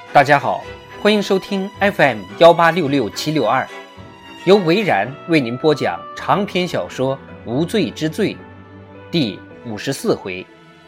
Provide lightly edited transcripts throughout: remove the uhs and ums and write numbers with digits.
大家好，欢迎收听 FM1866762，由维然为您播讲长篇小说《无罪之罪》第54回。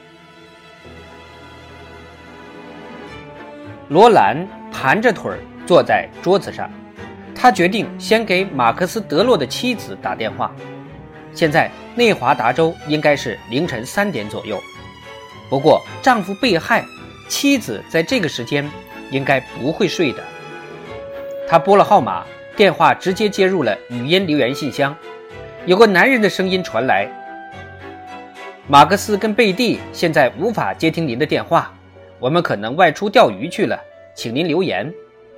罗兰盘着腿坐在桌子上，他决定先给马克思·德洛的妻子打电话。现在内华达州应该是凌晨3点左右，不过丈夫被害，妻子在这个时间应该不会睡的。他拨了号码，电话直接接入了语音留言信箱。有个男人的声音传来：马克思跟贝蒂现在无法接听您的电话，我们可能外出钓鱼去了，请您留言。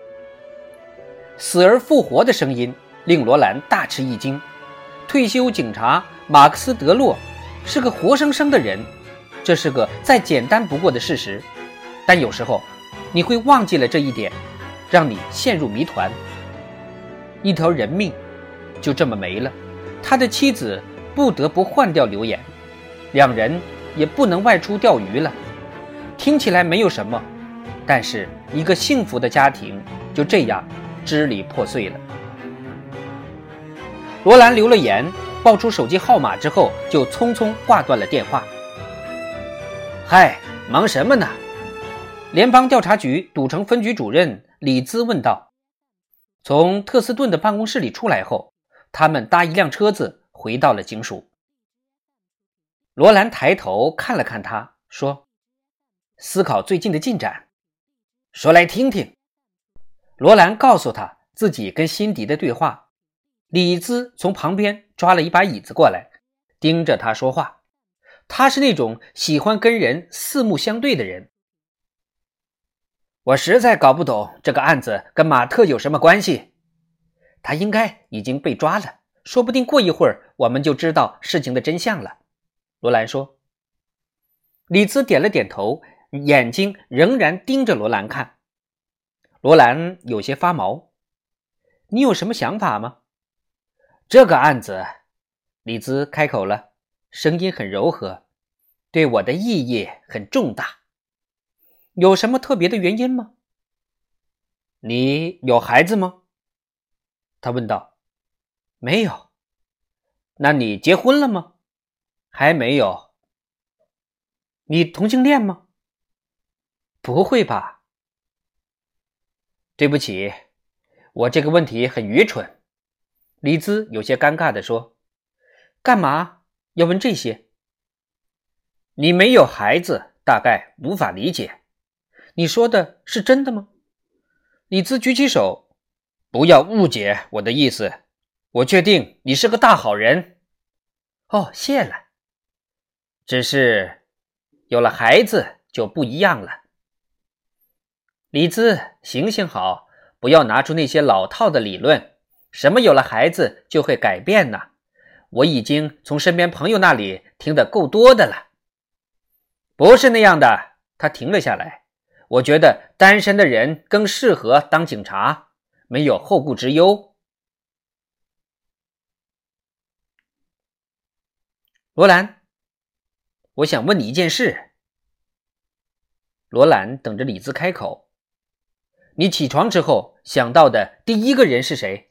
死而复活的声音令罗兰大吃一惊。退休警察马克思·德洛是个活生生的人，这是个再简单不过的事实，但有时候你会忘记了这一点，让你陷入谜团。一条人命就这么没了，他的妻子不得不换掉留言，两人也不能外出钓鱼了。听起来没有什么，但是一个幸福的家庭就这样支离破碎了。罗兰留了言，报出手机号码之后就匆匆挂断了电话。嗨，忙什么呢？联邦调查局赌城分局主任李兹问道。从特斯顿的办公室里出来后，他们搭一辆车子回到了警署。罗兰抬头看了看他，说：思考最近的进展。说来听听。罗兰告诉他自己跟辛迪的对话。李兹从旁边抓了一把椅子过来，盯着他说话。他是那种喜欢跟人四目相对的人。我实在搞不懂这个案子跟马特有什么关系。他应该已经被抓了，说不定过一会儿我们就知道事情的真相了。罗兰说。李兹点了点头，眼睛仍然盯着罗兰看。罗兰有些发毛。你有什么想法吗？这个案子，李兹开口了，声音很柔和，对我的意义很重大。有什么特别的原因吗？你有孩子吗？他问道。没有。那你结婚了吗？还没有。你同性恋吗？不会吧。对不起，我这个问题很愚蠢。李兹有些尴尬地说。干嘛要问这些？你没有孩子，大概无法理解。你说的是真的吗？李兹举起手。不要误解我的意思，我确定你是个大好人。哦，谢了。只是有了孩子就不一样了。李兹，行行好，不要拿出那些老套的理论，什么有了孩子就会改变呢？我已经从身边朋友那里听得够多的了。不是那样的。他停了下来。我觉得单身的人更适合当警察，没有后顾之忧。罗兰，我想问你一件事。罗兰等着李兹开口。你起床之后想到的第一个人是谁？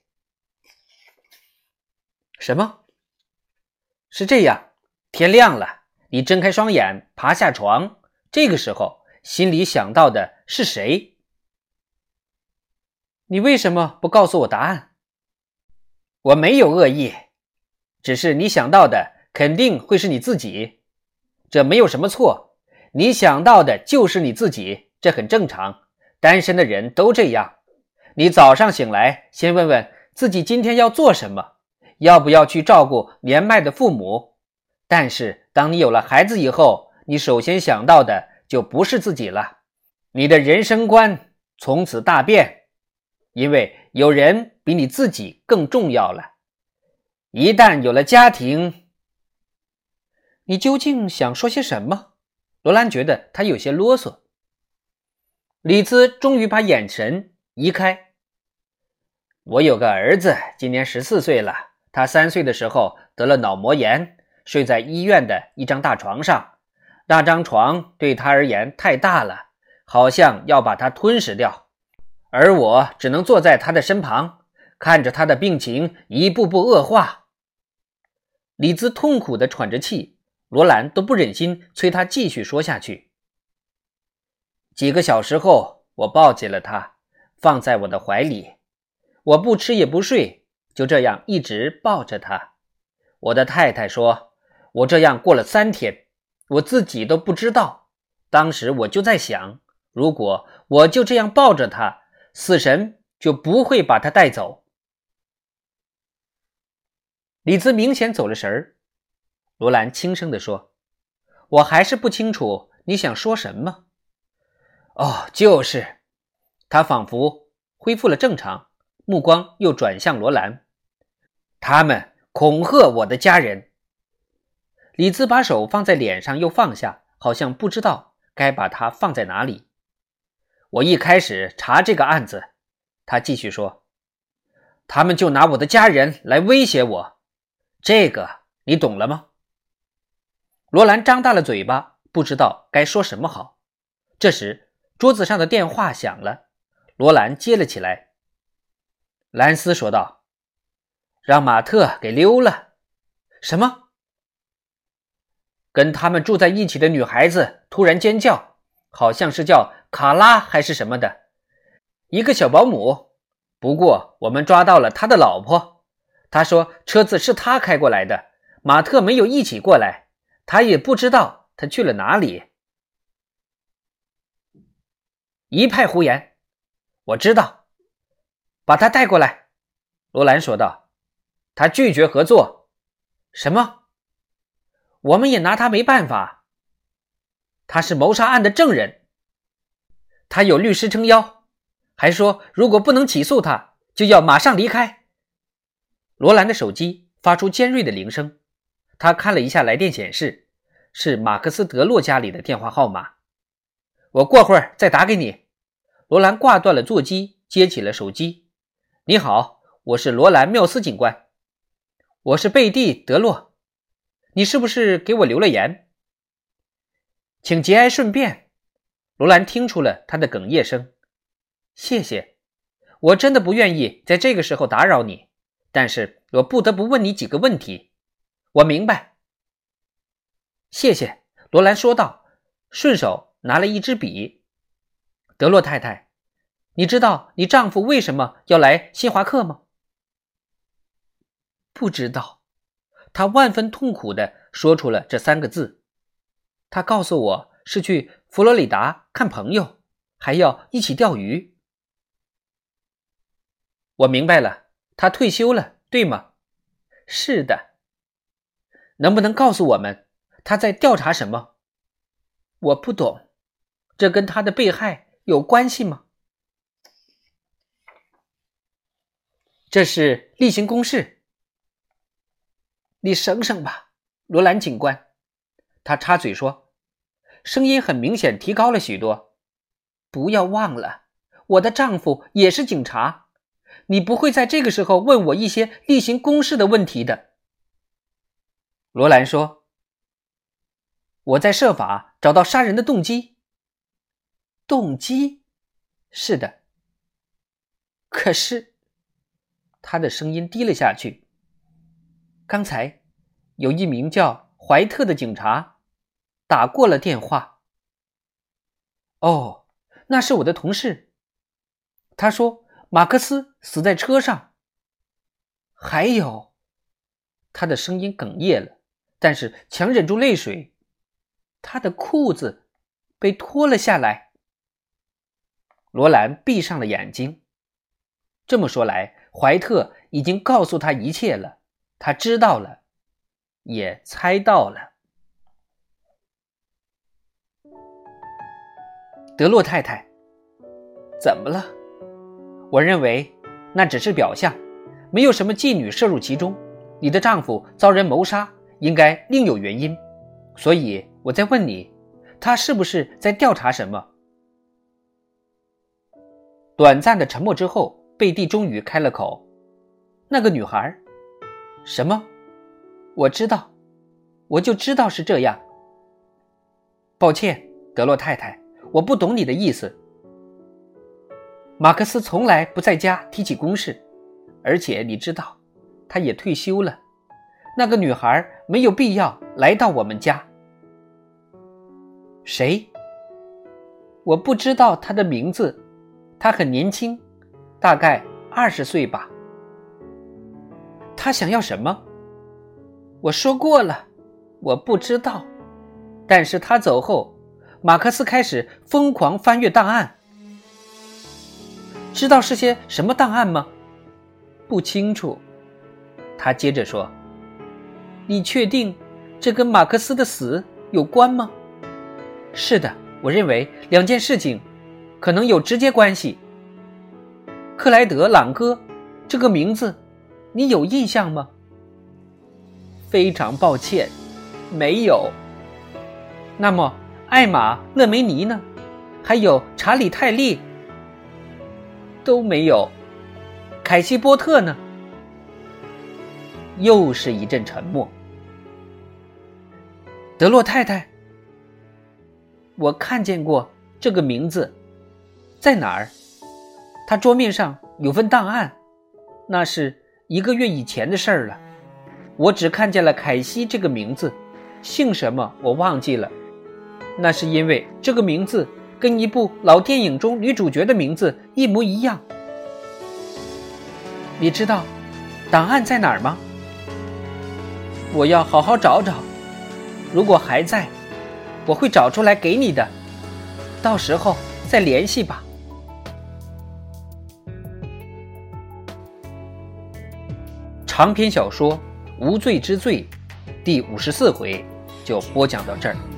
什么？是这样，天亮了，你睁开双眼，爬下床，这个时候心里想到的是谁？你为什么不告诉我答案？我没有恶意，只是你想到的肯定会是你自己，这没有什么错，你想到的就是你自己，这很正常，单身的人都这样。你早上醒来，先问问自己今天要做什么，要不要去照顾年迈的父母。但是当你有了孩子以后，你首先想到的就不是自己了，你的人生观从此大变，因为有人比你自己更重要了。一旦有了家庭，你究竟想说些什么？罗兰觉得他有些啰嗦。李兹终于把眼神移开。我有个儿子，今年14岁了，他3岁的时候得了脑膜炎，睡在医院的一张大床上，那张床对他而言太大了，好像要把他吞噬掉。 而我只能坐在他的身旁，看着他的病情一步步恶化。李兹痛苦地喘着气，罗兰都不忍心催他继续说下去。几个小时后，我抱起了他，放在我的怀里。我不吃也不睡，就这样一直抱着他。我的太太说，我这样过了3天，我自己都不知道。当时我就在想，如果我就这样抱着他，死神就不会把他带走。李兹明显走了神儿。罗兰轻声地说，我还是不清楚你想说什么。哦，就是。他仿佛恢复了正常，目光又转向罗兰。他们恐吓我的家人。李兹把手放在脸上又放下，好像不知道该把它放在哪里。我一开始查这个案子，他继续说，他们就拿我的家人来威胁我。这个你懂了吗？罗兰张大了嘴巴，不知道该说什么好。这时桌子上的电话响了，罗兰接了起来。兰斯说道，让马特给溜了。什么？跟他们住在一起的女孩子突然尖叫，好像是叫卡拉还是什么的，一个小保姆。不过我们抓到了他的老婆，他说车子是他开过来的，马特没有一起过来，他也不知道他去了哪里。一派胡言。我知道。把他带过来，罗兰说道。他拒绝合作。什么？我们也拿他没办法。他是谋杀案的证人。他有律师撑腰，还说如果不能起诉他，就要马上离开。罗兰的手机发出尖锐的铃声，他看了一下来电显示，是马克思·德洛家里的电话号码。我过会儿再打给你。罗兰挂断了座机，接起了手机。你好，我是罗兰·缪斯警官。我是贝蒂·德洛。你是不是给我留了言？请节哀顺变。罗兰听出了他的哽咽声。谢谢，我真的不愿意在这个时候打扰你，但是我不得不问你几个问题。我明白。谢谢，罗兰说道，顺手拿了一支笔。德洛太太，你知道你丈夫为什么要来新华克吗？不知道。他万分痛苦地说出了这3个字。他告诉我是去佛罗里达看朋友，还要一起钓鱼。我明白了，他退休了，对吗？是的。能不能告诉我们他在调查什么？我不懂，这跟他的被害有关系吗？这是例行公事。你省省吧，罗兰警官。他插嘴说，声音很明显提高了许多。不要忘了，我的丈夫也是警察，你不会在这个时候问我一些例行公事的问题的。罗兰说，我在设法找到杀人的动机。动机？是的。可是，他的声音低了下去。刚才有一名叫怀特的警察打过了电话。哦，那是我的同事。他说马克思死在车上。还有，他的声音哽咽了，但是强忍住泪水。他的裤子被脱了下来。罗兰闭上了眼睛。这么说来，怀特已经告诉他一切了，他知道了，也猜到了。德洛太太，怎么了？我认为那只是表象，没有什么妓女涉入其中。你的丈夫遭人谋杀，应该另有原因。所以我在问你，他是不是在调查什么？短暂的沉默之后，贝蒂终于开了口。那个女孩？什么？我知道，我就知道是这样。抱歉，德洛太太，我不懂你的意思。 马克思从来不在家提起公事，而且你知道，他也退休了。那个女孩没有必要来到我们家。谁？我不知道她的名字，她很年轻，大概20岁吧。她想要什么？我说过了，我不知道。但是她走后，马克思开始疯狂翻阅档案。知道是些什么档案吗？不清楚。他接着说，你确定这跟马克思的死有关吗？是的，我认为两件事情可能有直接关系。克莱德·朗戈这个名字你有印象吗？非常抱歉，没有。那么艾玛·勒梅尼呢？还有查理·泰利？都没有。凯西·波特呢？又是一阵沉默。德洛太太，我看见过这个名字，在哪儿？他桌面上有份档案，那是1个月以前的事儿了。我只看见了凯西这个名字，姓什么我忘记了。那是因为这个名字跟一部老电影中女主角的名字一模一样。你知道档案在哪儿吗？我要好好找找，如果还在，我会找出来给你的，到时候再联系吧。长篇小说《无罪之罪》第54回就播讲到这儿。